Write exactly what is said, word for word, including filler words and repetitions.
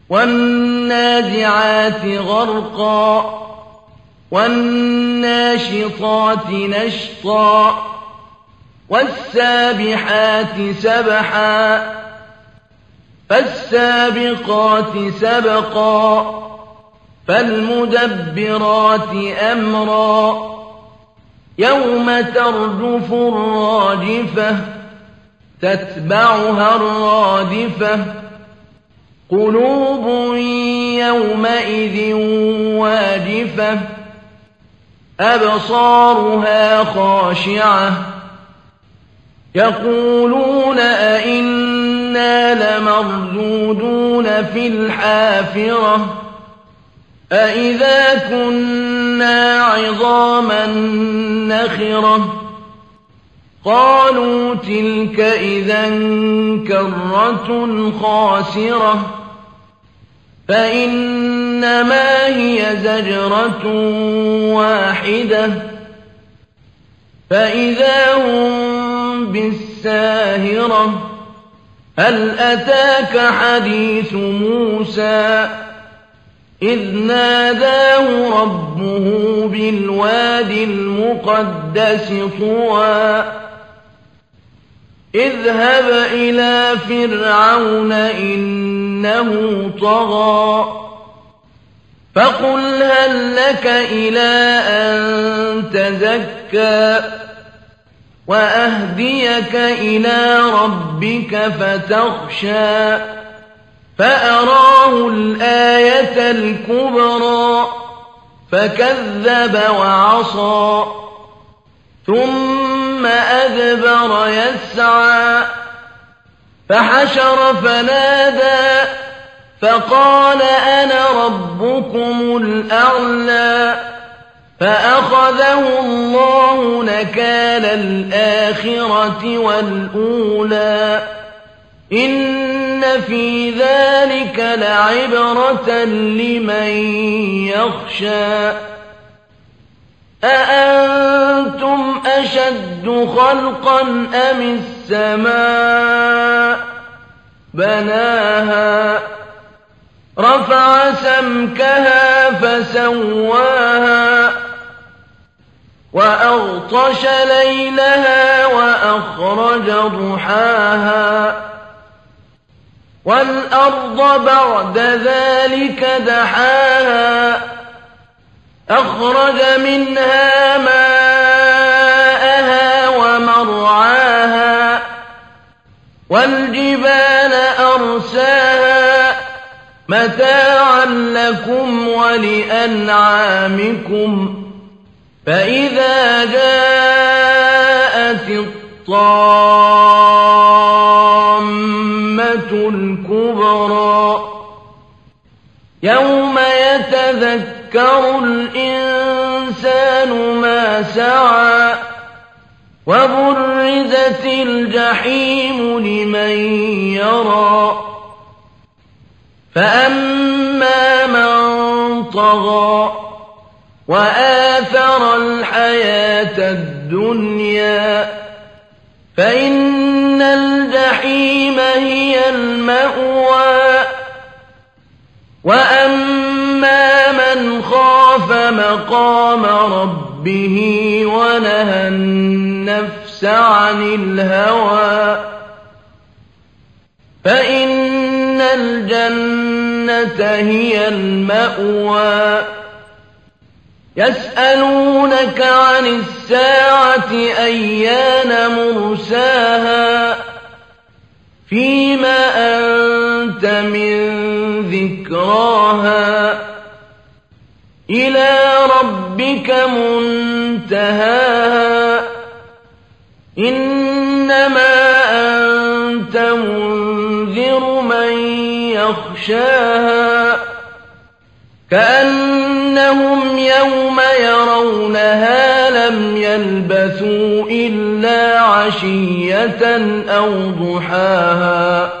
وَالنَّازِعَاتِ غَرْقًا وَالنَّاشِطَاتِ نَشْطًا وَالسَّابِحَاتِ سَبْحًا فَالسَّابِقَاتِ سَبْقًا فَالْمُدَبِّرَاتِ أَمْرًا يَوْمَ تَرْجُفُ الرَّاجِفَةُ تَتْبَعُهَا الرَّادِفَةُ قُلُوبٌ يَوْمَئِذٍ وَاجِفَةٌ أَبْصَارُهَا خَاشِعَةٌ يَقُولُونَ أَإِنَّا لَمَرْدُودُونَ فِي الْحَافِرَةِ أَإِذَا كُنَّا عِظَامًا نَّخِرَةً قَالُوا تِلْكَ إِذًا كَرَّةٌ خَاسِرَةٌ فَإِنَّمَا هِيَ زَجْرَةٌ وَاحِدَةٌ فَإِذَا هُم بِالسَّاهِرَةِ هَلْ أَتَاكَ حَدِيثُ مُوسَىٰ إِذْ نَادَاهُ رَبُّهُ بِالْوَادِ الْمُقَدَّسِ طُوًى اذْهَبْ إِلَىٰ فِرْعَوْنَ إِنَّهُ طَغَىٰ فَقُلْ هَل لَّكَ إِلَىٰ أَن تَزَكَّىٰ وَأَهْدِيَكَ إِلَىٰ رَبِّكَ فَتَخْشَىٰ فَأَرَاهُ الْآيَةَ الْكُبْرَىٰ فَكَذَّبَ وَعَصَىٰ ثُمَّ أَدْبَرَ يَسْعَىٰ فَحَشَرَ فَنَادَىٰ فَقَالَ أَنَا رَبُّكُمُ الْأَعْلَىٰ فَأَخَذَهُ اللَّهُ نَكَالَ الْآخِرَةِ وَالْأُولَىٰ إِنَّ فِي ذَٰلِكَ لَعِبْرَةً لِّمَن يَخْشَىٰ أَأَنتُمْ أَشَدُّ خَلْقًا أَمِ السَّمَاءُ بَنَاهَا رَفَعَ سَمْكَهَا فَسَوَّاهَا وَأَغْطَشَ لَيْلَهَا وَأَخْرَجَ ضُحَاهَا وَالْأَرْضَ بَعْدَ ذَٰلِكَ دَحَاهَا أَخْرَجَ مِنْهَا مَاءَهَا وَمَرْعَاهَا وَالْجِبَالَ أَرْسَاهَا مَتَاعًا لَّكُمْ وَلِأَنْعَامِكُمْ فَإِذَا جَاءَتِ الطَّامَّةُ الْكُبْرَىٰ يَوْمَ يَتَذَكَّرُ الْإِنسَانُ مَا سَعَىٰ وَبُرِّزَتِ الْجَحِيمُ لِمَن يَرَىٰ فَأَمَّا مَن طَغَىٰ وَآثَرَ الْحَيَاةَ الدُّنْيَا فَإِنَّ الْجَحِيمَ هِيَ الْمَأْوَىٰ وَأَمَّا مَنْ خَافَ مَقَامَ رَبِّهِ وَنَهَى النَّفْسَ عَنِ الْهَوَىٰ فَإِنَّ الْجَنَّةَ هِيَ الْمَأْوَىٰ يَسْأَلُونَكَ عَنِ السَّاعَةِ أَيَّانَ مُرْسَاهَا فِيمَ أَنتَ مِن ذِكْرَاهَا إِلَىٰ رَبِّكَ مُنتَهَاهَا إِنَّمَا أَنتَ مُنذِرُ مَن يَخْشَاهَا كَأَنَّهُمْ يَوْمَ يَرَوْنَهَا لَمْ يَلْبَثُوا إِلَّا عَشِيَّةً أَوْ ضُحَاهَا